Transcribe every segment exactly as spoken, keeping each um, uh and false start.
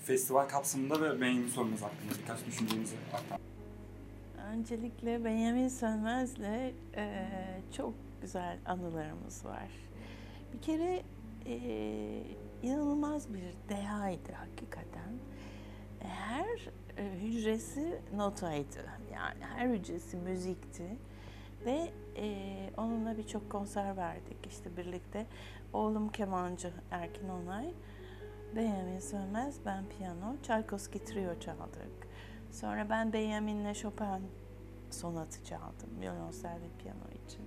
festival kapsamında ve Benjamin Sönmez hakkında birkaç düşüncenizi aktarın. Öncelikle Benjamin Sönmez'le e, çok güzel anılarımız var. Bir kere e, inanılmaz bir dehaydı hakikaten. Her e, hücresi notaydı. Yani her hücresi müzikti. Ve e, onunla birçok konser verdik işte birlikte. Oğlum kemancı Erkin Onay, Benjamin Sönmez, ben piyano, Tchaikovsky trio çaldık. Sonra ben Benjamin'le Chopin sonatı çaldım, violonsel ve piyano için.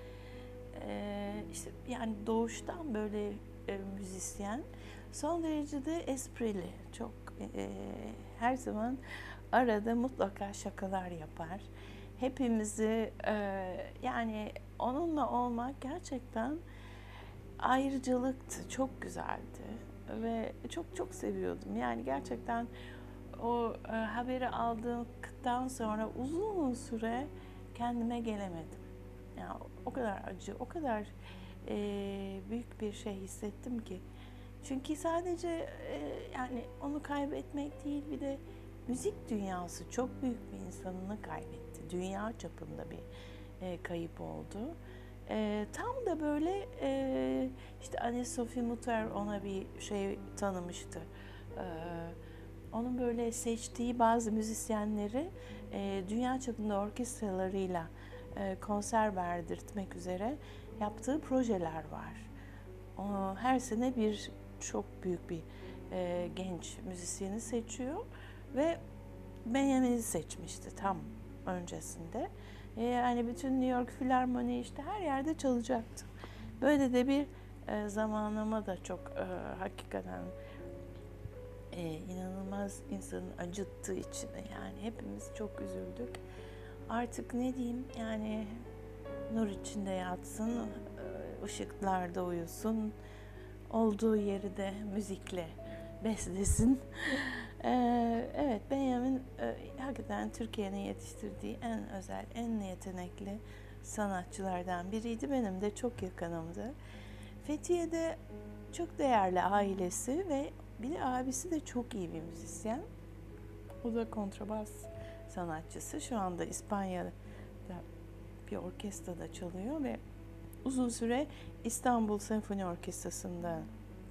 Ee, işte yani doğuştan böyle e, müzisyen, son derece de esprili, çok e, her zaman arada mutlaka şakalar yapar. Hepimizi e, yani onunla olmak gerçekten ayrıcalıktı, çok güzeldi ve çok çok seviyordum. Yani gerçekten o e, haberi aldıktan sonra uzun süre kendime gelemedim. Yani o kadar acı, o kadar e, büyük bir şey hissettim ki. Çünkü sadece e, yani onu kaybetmek değil, bir de müzik dünyası çok büyük bir insanını kaybetti. Dünya çapında bir e, kayıp oldu. E, tam da böyle e, işte Anne-Sophie Mutter ona bir şey tanımıştı. E, onun böyle seçtiği bazı müzisyenleri e, dünya çapında orkestralarıyla e, konser verdirtmek üzere yaptığı projeler var. O, her sene bir çok büyük bir e, genç müzisyeni seçiyor ve Benjamin'i seçmişti tam öncesinde. E, yani bütün New York Filarmoni işte her yerde çalacaktı. Böyle de bir e, zamanlama da çok e, hakikaten e, inanılmaz insanın acıttığı için yani hepimiz çok üzüldük. Artık ne diyeyim yani nur içinde yatsın, ışıklarda uyusun, olduğu yeri de müzikle beslesin. Ee, evet, Benjamin e, hakikaten Türkiye'nin yetiştirdiği en özel, en yetenekli sanatçılardan biriydi. Benim de çok yakınımdı. Fethiye'de çok değerli ailesi ve bir de abisi de çok iyi bir müzisyen. O da kontrabas sanatçısı. Şu anda İspanya'da bir orkestrada çalıyor ve uzun süre İstanbul Senfoni Orkestrası'nda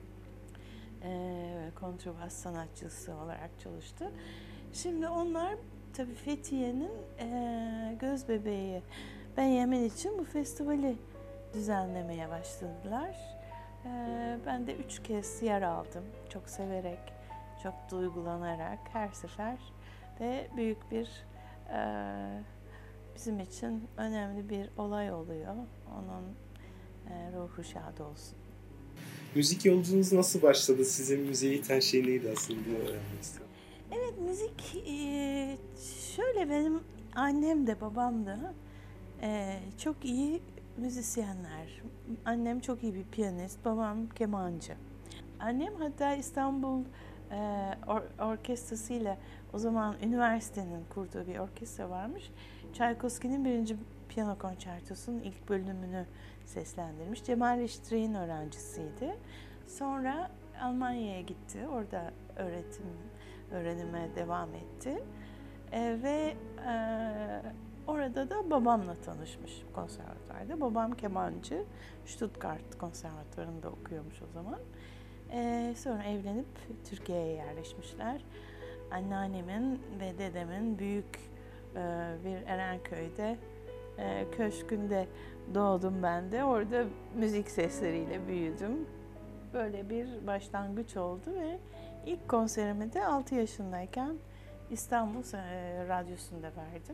e, kontrabas sanatçısı olarak çalıştı. Şimdi onlar tabii Fethiye'nin e, göz bebeği Benjamin için bu festivali düzenlemeye başladılar. E, ben de üç kez yer aldım. Çok severek, çok duygulanarak her sefer de büyük bir e, bizim için önemli bir olay oluyor. Onun e, ruhu şad olsun. Müzik yolculuğunuz nasıl başladı? Sizin müziğe iten şey neydi aslında? Bunu öğrenmek istiyorum. Evet, müzik e, şöyle benim annem de babam da e, çok iyi müzisyenler. Annem çok iyi bir piyanist, babam kemancı. Annem hatta İstanbul e, or- orkestrasıyla o zaman üniversitenin kurduğu bir orkestra varmış. Tchaikovsky'nin birinci piyano konçertosunun ilk bölümünü seslendirmiş. Cemal Reşitre'nin öğrencisiydi. Sonra Almanya'ya gitti. Orada öğretim öğrenime devam etti. E, ve e, orada da babamla tanışmış konservatuvarda. Babam kemancı. Stuttgart konservatuvarında okuyormuş o zaman. E, sonra evlenip Türkiye'ye yerleşmişler. Anneannemin ve dedemin büyük e, bir Erenköy'de e, köşkünde doğdum ben de. Orada müzik sesleriyle büyüdüm. Böyle bir başlangıç oldu ve ilk konserimi de altı yaşındayken İstanbul Radyosu'nda verdim.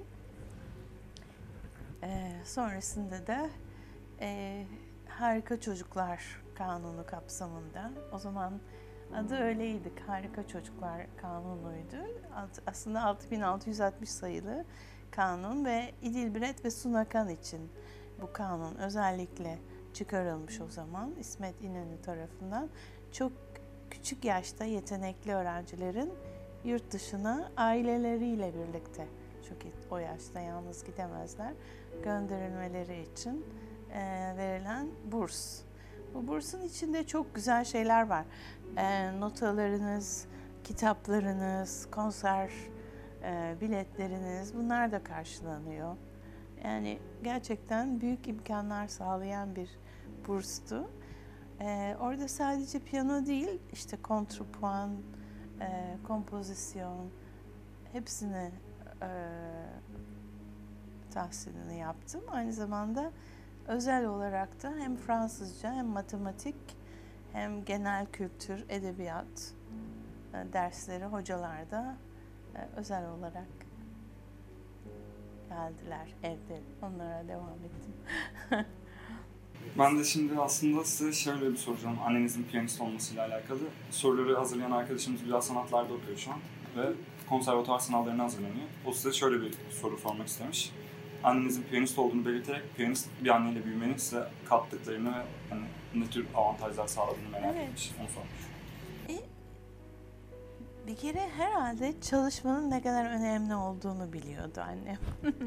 E, sonrasında da e, Harika Çocuklar Kanunu kapsamında, o zaman adı öyleydi, Harika Çocuklar Kanunu'ydu. Aslında altı bin altı yüz altmış sayılı kanun ve İdilbiret ve Sunakan için bu kanun özellikle çıkarılmış o zaman İsmet İnönü tarafından. Çok küçük yaşta yetenekli öğrencilerin yurt dışına aileleriyle birlikte, çünkü o yaşta yalnız gidemezler, gönderilmeleri için e, verilen burs. Bu bursun içinde çok güzel şeyler var. E, notalarınız kitaplarınız, konser e, biletleriniz bunlar da karşılanıyor. Yani gerçekten büyük imkanlar sağlayan bir burstu. E, orada sadece piyano değil, işte kontrpuan, e, kompozisyon hepsini e, tahsilini yaptım. Aynı zamanda özel olarak da hem Fransızca hem matematik hem genel kültür, edebiyat e, dersleri hocalar da e, özel olarak geldiler evde. Onlara devam ettim. Ben de şimdi aslında size şöyle bir soracağım. Annenizin piyanist olmasıyla alakalı. Soruları hazırlayan arkadaşımız güzel sanatlarda okuyor şu an ve konservatuvar sınavlarına hazırlanıyor. O size şöyle bir soru sormak istemiş. Annenizin piyanist olduğunu belirterek piyanist bir anneyle büyümenin size kattıklarını ve hani ne tür avantajlar sağladığını merak Evet. etmiş. Onu sormuş. E, bir kere herhalde çalışmanın ne kadar önemli olduğunu biliyordu annem.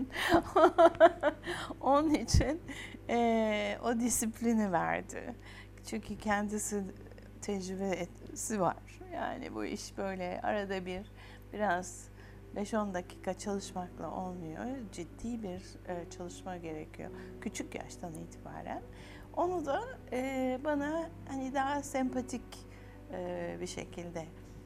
Onun için e, o disiplini verdi. Çünkü kendisi tecrübesi var. Yani bu iş böyle arada bir biraz beş on dakika çalışmakla olmuyor. Ciddi bir e, çalışma gerekiyor. Küçük yaştan itibaren. Onu da e, bana hani daha sempatik e, bir şekilde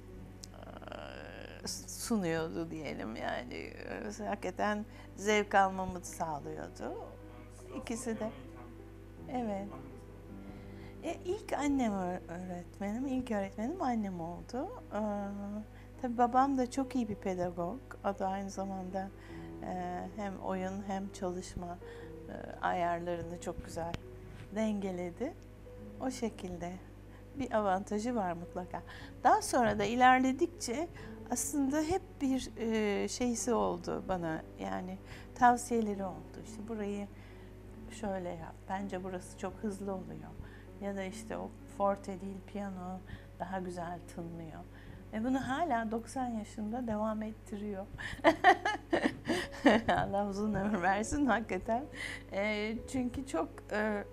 e, sunuyordu diyelim. Yani e, hakikaten zevk almamı sağlıyordu. İkisi de. Evet. E, ilk annem öğretmenim, ilk öğretmenim annem oldu. Ee, tabii babam da çok iyi bir pedagog. O da aynı zamanda e, hem oyun hem çalışma e, ayarlarını çok güzel dengeledi. O şekilde bir avantajı var mutlaka. Daha sonra da ilerledikçe aslında hep bir e, şeysi oldu bana. Yani tavsiyeleri oldu. İşte burayı şöyle yap. Bence burası çok hızlı oluyor. Ya da işte o forte değil piyano daha güzel tınlıyor. Ve bunu hala doksan yaşında devam ettiriyor. Allah uzun ömür versin hakikaten. E, çünkü çok e,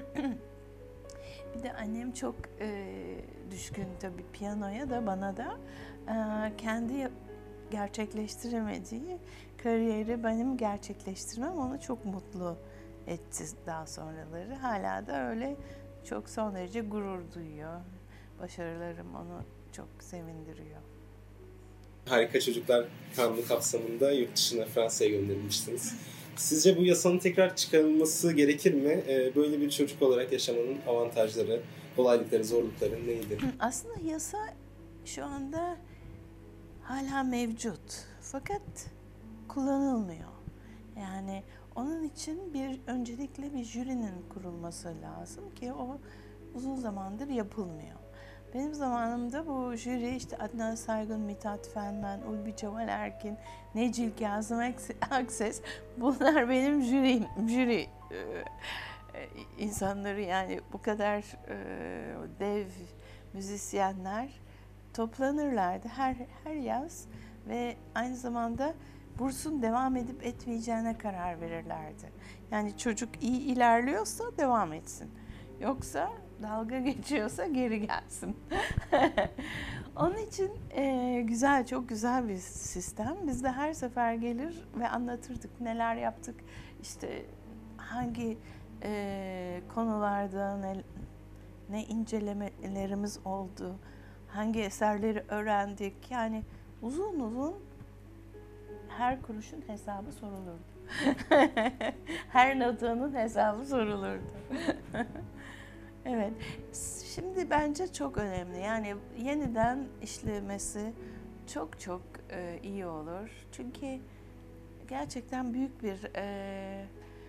bir de annem çok e, düşkün tabii piyanoya da bana da e, kendi gerçekleştiremediği kariyeri benim gerçekleştirmem onu çok mutlu etti daha sonraları. Hala da öyle çok son derece gurur duyuyor. Başarılarım onu çok sevindiriyor. Harika Çocuklar Kanunu kapsamında yurt dışına Fransa'ya gönderilmiştiniz. Sizce bu yasanın tekrar çıkarılması gerekir mi? Böyle bir çocuk olarak yaşamanın avantajları, kolaylıkları, zorlukları neydi? Aslında yasa şu anda hala mevcut. Fakat kullanılmıyor. Yani onun için bir öncelikle bir jürinin kurulması lazım ki o uzun zamandır yapılmıyor. Benim zamanımda bu jüri işte Adnan Saygun, Mithat Fenmen, Ulvi Cemal Erkin, Necil Kazım Akses bunlar benim jürim, jüri e, insanları yani bu kadar e, dev müzisyenler toplanırlardı her her yaz ve aynı zamanda bursun devam edip etmeyeceğine karar verirlerdi. Yani çocuk iyi ilerliyorsa devam etsin. Yoksa dalga geçiyorsa geri gelsin. Onun için e, güzel, çok güzel bir sistem. Biz de her sefer gelir ve anlatırdık neler yaptık. İşte hangi e, konularda ne, ne incelemelerimiz oldu, hangi eserleri öğrendik. Yani uzun uzun her kuruşun hesabı sorulurdu. Her notanın hesabı sorulurdu. Evet. Şimdi bence çok önemli. Yani yeniden işlemesi çok çok e, iyi olur. Çünkü gerçekten büyük bir e,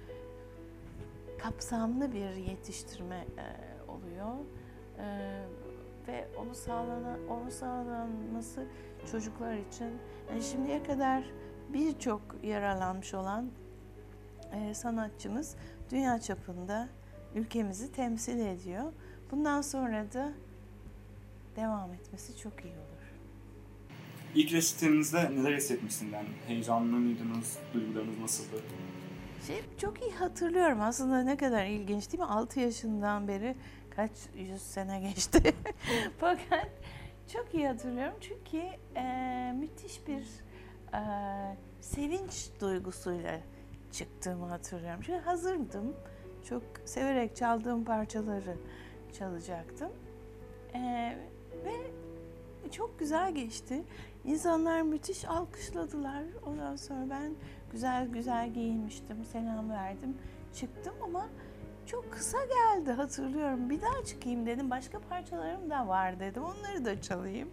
kapsamlı bir yetiştirme e, oluyor. E, ve onu sağlanan onu sağlanması çocuklar için yani şimdiye kadar birçok yararlanmış olan e, sanatçımız dünya çapında ülkemizi temsil ediyor. Bundan sonra da devam etmesi çok iyi olur. İlk resiterinizde neler hissetmişsiniz? Yani heyecanlı mıydınız? Duygularınız nasıldı? Şey, çok iyi hatırlıyorum. Aslında ne kadar ilginç değil mi? altı yaşından beri kaç yüz sene geçti. Fakat Çok iyi hatırlıyorum çünkü e, müthiş bir e, sevinç duygusuyla çıktığımı hatırlıyorum. Çünkü hazırdım. Çok severek çaldığım parçaları çalacaktım. E, ve çok güzel geçti. İnsanlar müthiş alkışladılar. Ondan sonra ben güzel güzel giyinmiştim, selam verdim, çıktım ama çok kısa geldi hatırlıyorum. Bir daha çıkayım dedim. Başka parçalarım da var dedim. Onları da çalayım.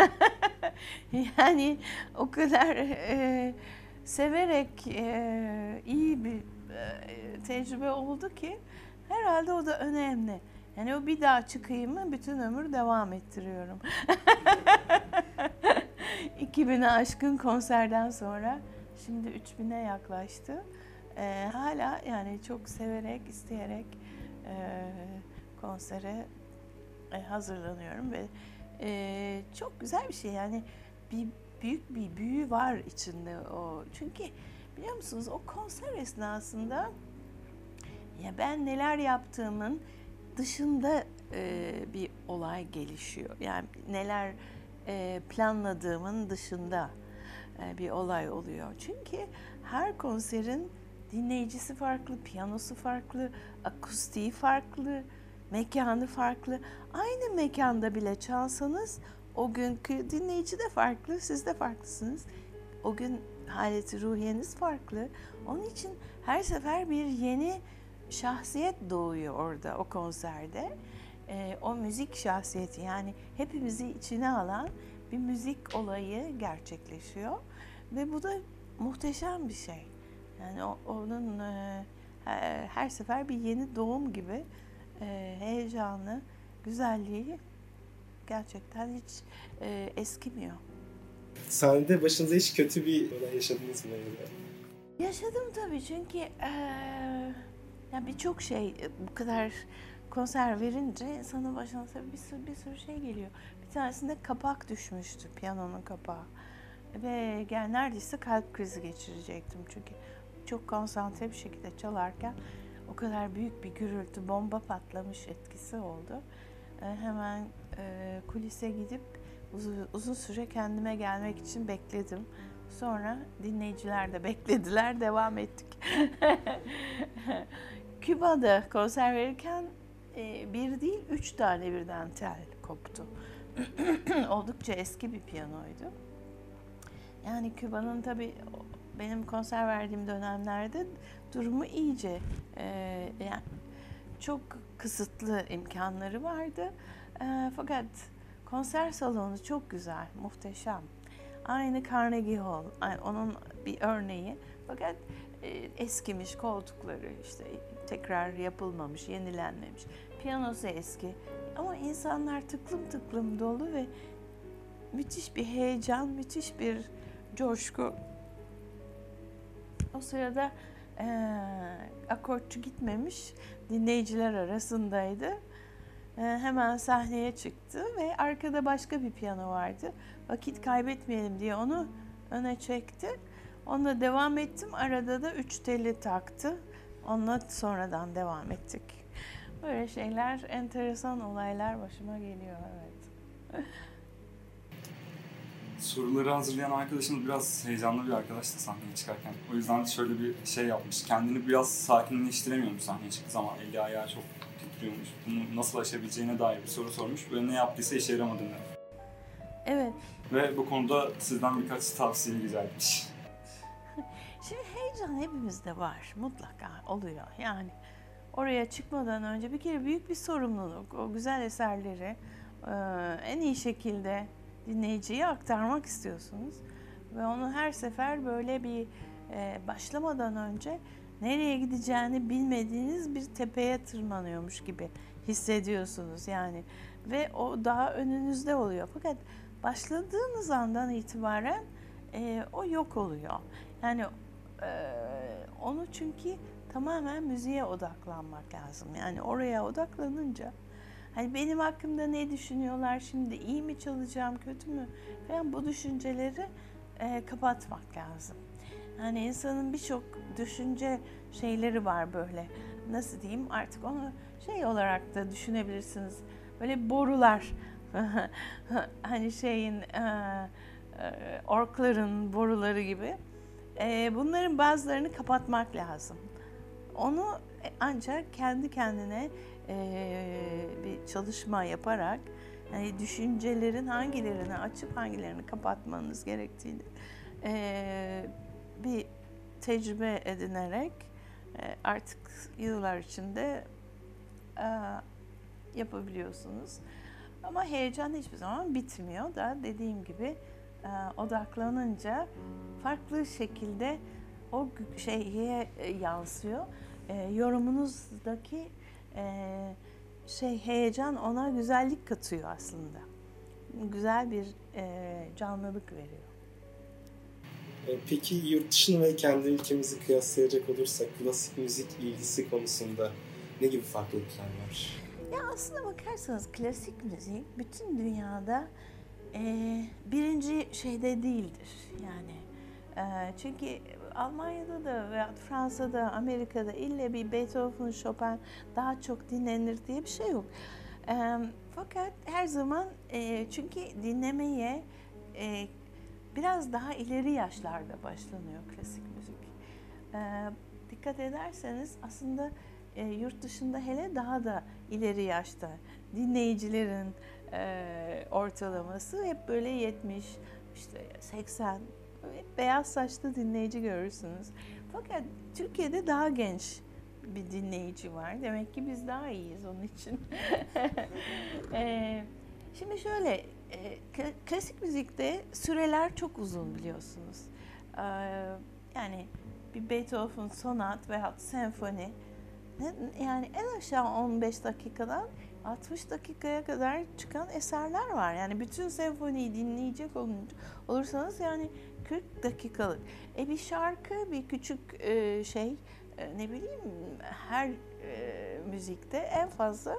Yani o kadar e, severek e, iyi bir e, tecrübe oldu ki herhalde o da önemli. Yani o bir daha çıkayım mı bütün ömür devam ettiriyorum. iki bine aşkın konserden sonra şimdi üç bine yaklaştı. Ee, hala yani çok severek, isteyerek e, konsere e, hazırlanıyorum ve e, çok güzel bir şey yani bir büyük bir büyü var içinde o. Çünkü biliyor musunuz o konser esnasında ya ben neler yaptığımın dışında e, bir olay gelişiyor. Yani neler e, planladığımın dışında e, bir olay oluyor. Çünkü her konserin dinleyicisi farklı, piyanosu farklı, akustiği farklı, mekanı farklı. Aynı mekanda bile çalsanız o günkü dinleyici de farklı, siz de farklısınız. O gün haleti ruhiyeniz farklı. Onun için her sefer bir yeni şahsiyet doğuyor orada o konserde. Ee, o müzik şahsiyeti yani hepimizi içine alan bir müzik olayı gerçekleşiyor. Ve bu da muhteşem bir şey. Yani o, onun e, her sefer bir yeni doğum gibi e, heyecanlı, güzelliği gerçekten hiç e, eskimiyor. Sahnede başınıza hiç kötü bir olay yaşadınız mı? Yaşadım tabii çünkü e, ya birçok şey bu kadar konser verince insanın başına tabii bir sürü, bir sürü şey geliyor. Bir tanesinde kapak düşmüştü, piyanonun kapağı. Ve yani neredeyse kalp krizi geçirecektim çünkü çok konsantre bir şekilde çalarken o kadar büyük bir gürültü, bomba patlamış etkisi oldu. E, hemen e, kulise gidip uzun, uzun süre kendime gelmek için bekledim. Sonra dinleyiciler de beklediler, devam ettik. Küba'da konser verirken e, bir değil, üç tane birden tel koptu. Oldukça eski bir piyanoydu. Yani Küba'nın tabii benim konser verdiğim dönemlerde durumu iyice e, yani çok kısıtlı imkanları vardı. E, fakat konser salonu çok güzel, muhteşem. Aynı Carnegie Hall, onun bir örneği. Fakat e, eskimiş koltukları, işte tekrar yapılmamış, yenilenmemiş. Piyanosu eski ama insanlar tıklım tıklım dolu ve müthiş bir heyecan, müthiş bir coşku. O sırada e, akortçu gitmemiş, dinleyiciler arasındaydı. E, hemen sahneye çıktı ve arkada başka bir piyano vardı. Vakit kaybetmeyelim diye onu öne çekti. Onunla devam ettim. Arada da üç teli taktı. Onunla sonradan devam ettik. Böyle şeyler, enteresan olaylar başıma geliyor, evet. Soruları hazırlayan arkadaşımız biraz heyecanlı bir arkadaştı sahneye çıkarken. O yüzden şöyle bir şey yapmış. Kendini biraz sakinleştiremiyormuş sahneye çıktığı zaman. Eli ayağı çok titriyormuş. Bunu nasıl aşabileceğine dair bir soru sormuş. Ve ne yaptıysa işe yaramadığını. Evet. Ve bu konuda sizden birkaç tavsiye rica etmiş. Şimdi heyecan hepimizde var. Mutlaka oluyor. Yani oraya çıkmadan önce bir kere büyük bir sorumluluk. O güzel eserleri en iyi şekilde dinleyiciye aktarmak istiyorsunuz. Ve onu her sefer böyle bir başlamadan önce nereye gideceğini bilmediğiniz bir tepeye tırmanıyormuş gibi hissediyorsunuz yani. Ve o daha önünüzde oluyor. Fakat başladığınız andan itibaren e, o yok oluyor. Yani e, onu çünkü tamamen müziğe odaklanmak lazım. Yani oraya odaklanınca hani benim hakkımda ne düşünüyorlar şimdi, iyi mi çalacağım, kötü mü falan, bu düşünceleri e, kapatmak lazım. Yani insanın birçok düşünce şeyleri var böyle. Nasıl diyeyim, artık onu şey olarak da düşünebilirsiniz. Böyle borular. Hani şeyin e, e, orkların boruları gibi. E, bunların bazılarını kapatmak lazım. Onu ancak kendi kendine e, bir çalışma yaparak, yani düşüncelerin hangilerini açıp hangilerini kapatmanız gerektiğini e, bir tecrübe edinerek e, artık yıllar içinde e, yapabiliyorsunuz. Ama heyecan hiçbir zaman bitmiyor da, dediğim gibi e, odaklanınca farklı şekilde o şeye yansıyor. E, yorumunuzdaki e, şey heyecan ona güzellik katıyor aslında. Güzel bir e, canlılık veriyor. Peki yurt dışını ve kendi ülkemizi kıyaslayacak olursak klasik müzik ilgisi konusunda ne gibi farklılıklar var? Ya aslına bakarsanız klasik müzik bütün dünyada e, birinci şeyde değildir yani. E, çünkü Almanya'da da veya Fransa'da, Amerika'da ille bir Beethoven, Chopin daha çok dinlenir diye bir şey yok. E, fakat her zaman e, çünkü dinlemeye e, biraz daha ileri yaşlarda başlanıyor klasik müzik. E, dikkat ederseniz aslında e, yurt dışında hele daha da ileri yaşta dinleyicilerin e, ortalaması hep böyle yetmiş, işte seksen, hep beyaz saçlı dinleyici görürsünüz. Fakat Türkiye'de daha genç bir dinleyici var. Demek ki biz daha iyiyiz onun için. e, şimdi şöyle, e, klasik müzikte süreler çok uzun biliyorsunuz. E, yani bir Beethoven sonat veya senfoni, yani en aşağı on beş dakikadan altmış dakikaya kadar çıkan eserler var. Yani bütün senfoniyi dinleyecek olursanız yani kırk dakikalık. E bir şarkı, bir küçük e, şey, e, ne bileyim, her e, müzikte en fazla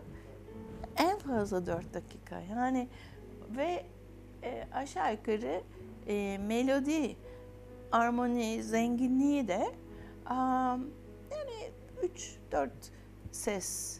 en fazla dört dakika. Yani ve e, aşağı yukarı e, melodi, armoni, zenginliği de um, yani üç dört ses,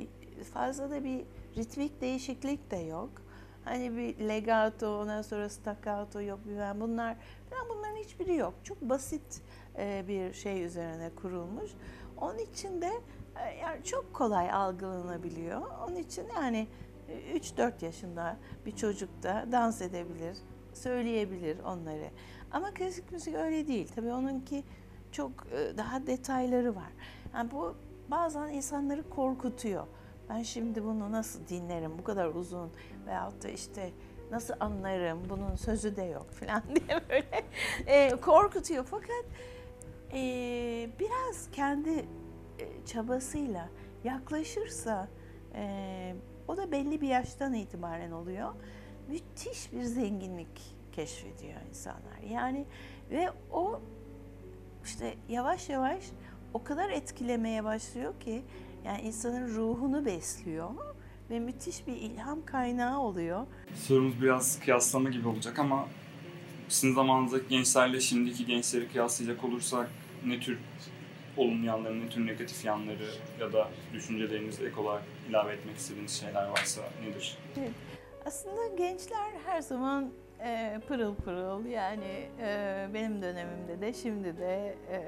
fazla da bir ritmik değişiklik de yok. Hani bir legato, ondan sonra staccato yok, bilmem bunlar, falan, bunların hiçbiri yok. Çok basit e, bir şey üzerine kurulmuş. Onun için de e, yani çok kolay algılanabiliyor. Onun için yani üç dört yaşında bir çocuk da dans edebilir, söyleyebilir onları. Ama klasik müzik öyle değil. Tabii onunki çok e, daha detayları var. Yani bu bazen insanları korkutuyor. Ben şimdi bunu nasıl dinlerim, bu kadar uzun, veyahut da işte nasıl anlarım, bunun sözü de yok falan diye böyle e, korkutuyor. Fakat e, biraz kendi e, çabasıyla yaklaşırsa, e, o da belli bir yaştan itibaren oluyor, müthiş bir zenginlik keşfediyor insanlar. Yani ve o işte yavaş yavaş o kadar etkilemeye başlıyor ki, yani insanın ruhunu besliyor ve müthiş bir ilham kaynağı oluyor. Sorumuz biraz kıyaslama gibi olacak ama sizin zamanınızdaki gençlerle şimdiki gençleri kıyaslayacak olursak ne tür olumlu yanları, ne tür negatif yanları ya da düşüncelerinizle ek olarak ilave etmek istediğiniz şeyler varsa nedir? Evet. Aslında gençler her zaman e, pırıl pırıl, yani e, benim dönemimde de şimdi de e,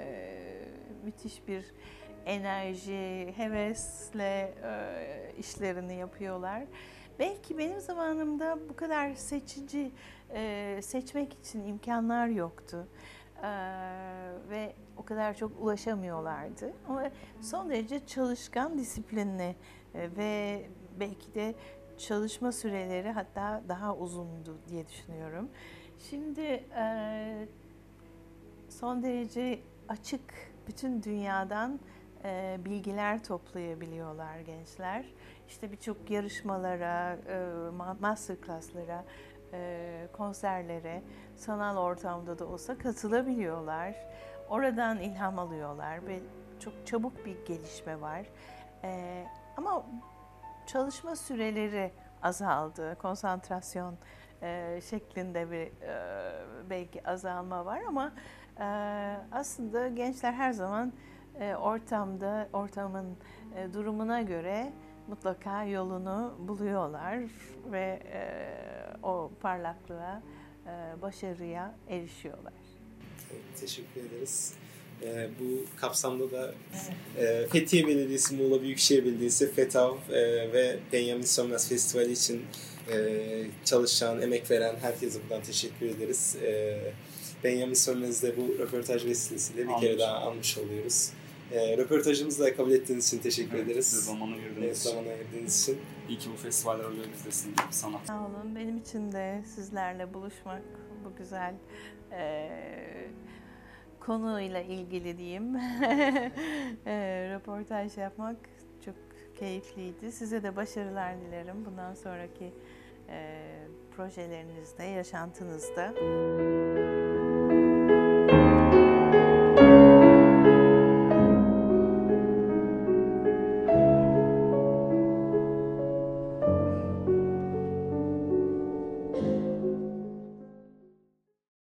müthiş bir enerji, hevesle e, işlerini yapıyorlar. Belki benim zamanımda bu kadar seçici, e, seçmek için imkanlar yoktu. E, ve o kadar çok ulaşamıyorlardı. Ama son derece çalışkan, disiplinli e, ve belki de çalışma süreleri hatta daha uzundu diye düşünüyorum. Şimdi e, son derece açık, bütün dünyadan e, bilgiler toplayabiliyorlar gençler. İşte birçok yarışmalara, e, master class'lara, e, konserlere, sanal ortamda da olsa katılabiliyorlar. Oradan ilham alıyorlar ve çok çabuk bir gelişme var. E, ama çalışma süreleri azaldı, konsantrasyon e, şeklinde bir e, belki azalma var ama e, aslında gençler her zaman e, ortamda, ortamın e, durumuna göre mutlaka yolunu buluyorlar ve e, o parlaklığa, e, başarıya erişiyorlar. Evet, teşekkür ederiz. Ee, bu kapsamda da e, Fethiye Belediyesi, Muğla Büyükşehir Belediyesi, FETAV e, ve Benjamin Sönmez Festivali için e, çalışan, emek veren herkese buradan teşekkür ederiz. E, Benjamin Sönmez'i de bu röportaj vesilesiyle bir Almış. kere daha almış oluyoruz. E, röportajımızı da kabul ettiğiniz için teşekkür Evet, ederiz. size zaman ayırdığınız Evet, için. zaman ayırdığınız için. İyi ki bu festivaller oluyor bizdesin gibi sanat. Sağ olun. Benim için de sizlerle buluşmak, bu güzel e, konuyla ilgili diyeyim, e, röportaj yapmak çok keyifliydi. Size de başarılar dilerim bundan sonraki e, projelerinizde, yaşantınızda.